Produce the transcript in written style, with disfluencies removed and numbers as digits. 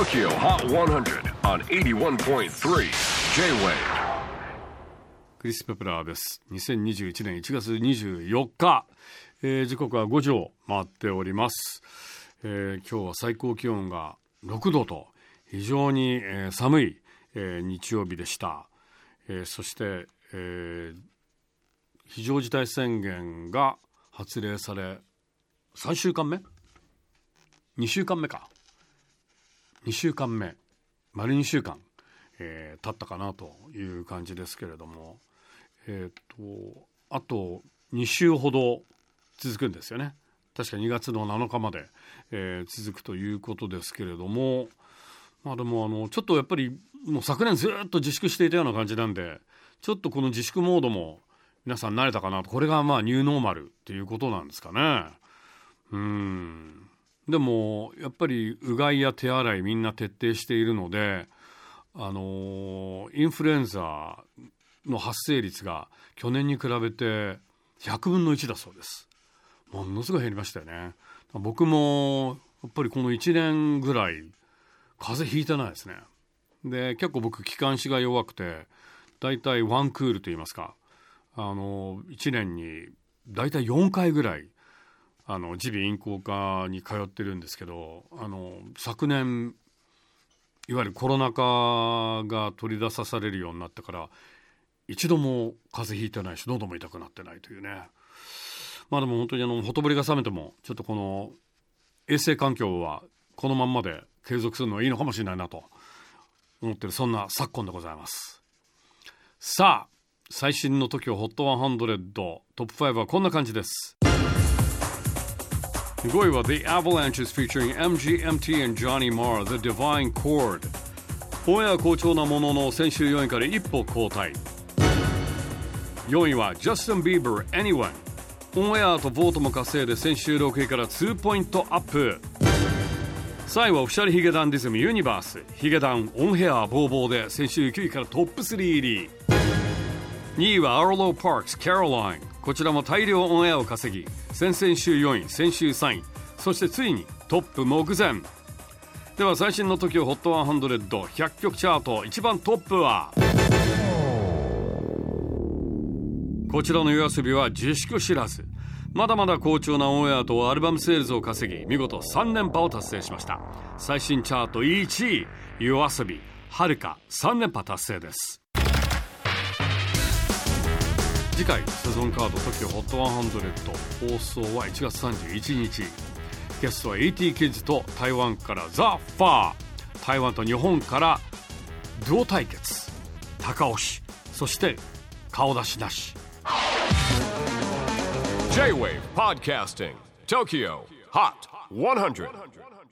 TOKYO HOT 100 on 81.3 J-WAVE。 クリス・ペプラーです。2021年1月24日、時刻は5時を回っております。今日は最高気温が6度と非常に、寒い、日曜日でした。そして、非常事態宣言が発令され3週間目2週間目か2週間目丸2週間、経ったかなという感じですけれども、あと2週ほど続くんですよね。確か2月の7日まで、続くということですけれども、でもちょっとやっぱりもう昨年ずっと自粛していたような感じなんで、ちょっとこの自粛モードも皆さん慣れたかなと。これがニューノーマルっていうことなんですかね。でもやっぱりうがいや手洗いみんな徹底しているので、インフルエンザの発生率が去年に比べて100分の1だそうです。ものすごい減りましたよね。僕もやっぱりこの1年ぐらい風邪ひいてないですね。で結構僕気管支が弱くて、だいたいワンクールといいますか、1年にだいたい4回ぐらい耳鼻咽喉科に通ってるんですけど、昨年いわゆるコロナ禍が取り出されるようになってから一度も風邪ひいてないし、喉も痛くなってないというね。でも本当にほとぼりが冷めてもちょっとこの衛生環境はこのまんまで継続するのはいいのかもしれないなと思ってる、そんな昨今でございます。さあ、最新の TOKYO HOT 100トップ5はこんな感じです。5位は The Avalanches featuring MGMT and Johnny Marr The Divine Chord。 オンエア好調なものの先週4位から一歩後退。4位は Justin Bieber Anyone。 オンエアとボートも稼いで先週6位から2ポイントアップ。3位はオフィシャルヒゲダンディズムユニバース。ヒゲダンオンヘアボーボーで先週9位からトップ3入り。2位は Arlo Parks Caroline。 こちらも大量オンエアを稼ぎ先々週4位先週3位、そしてついにトップ目前。では最新の TOKYO HOT 100 曲チャート1番トップはこちらの夜遊びは自粛知らず、まだまだ好調なオンエアとアルバムセールスを稼ぎ見事3連覇を達成しました。最新チャート1位夜遊びはるか3連覇達成です。次回セゾンカード TOKYO HOT 100放送は1月31日。ゲストは AT キッズと台湾からザ・ファー。台湾と日本からデュオ対決、高押し、そして顔出しなし。 J-WAVE PODCASTING TOKYO HOT 100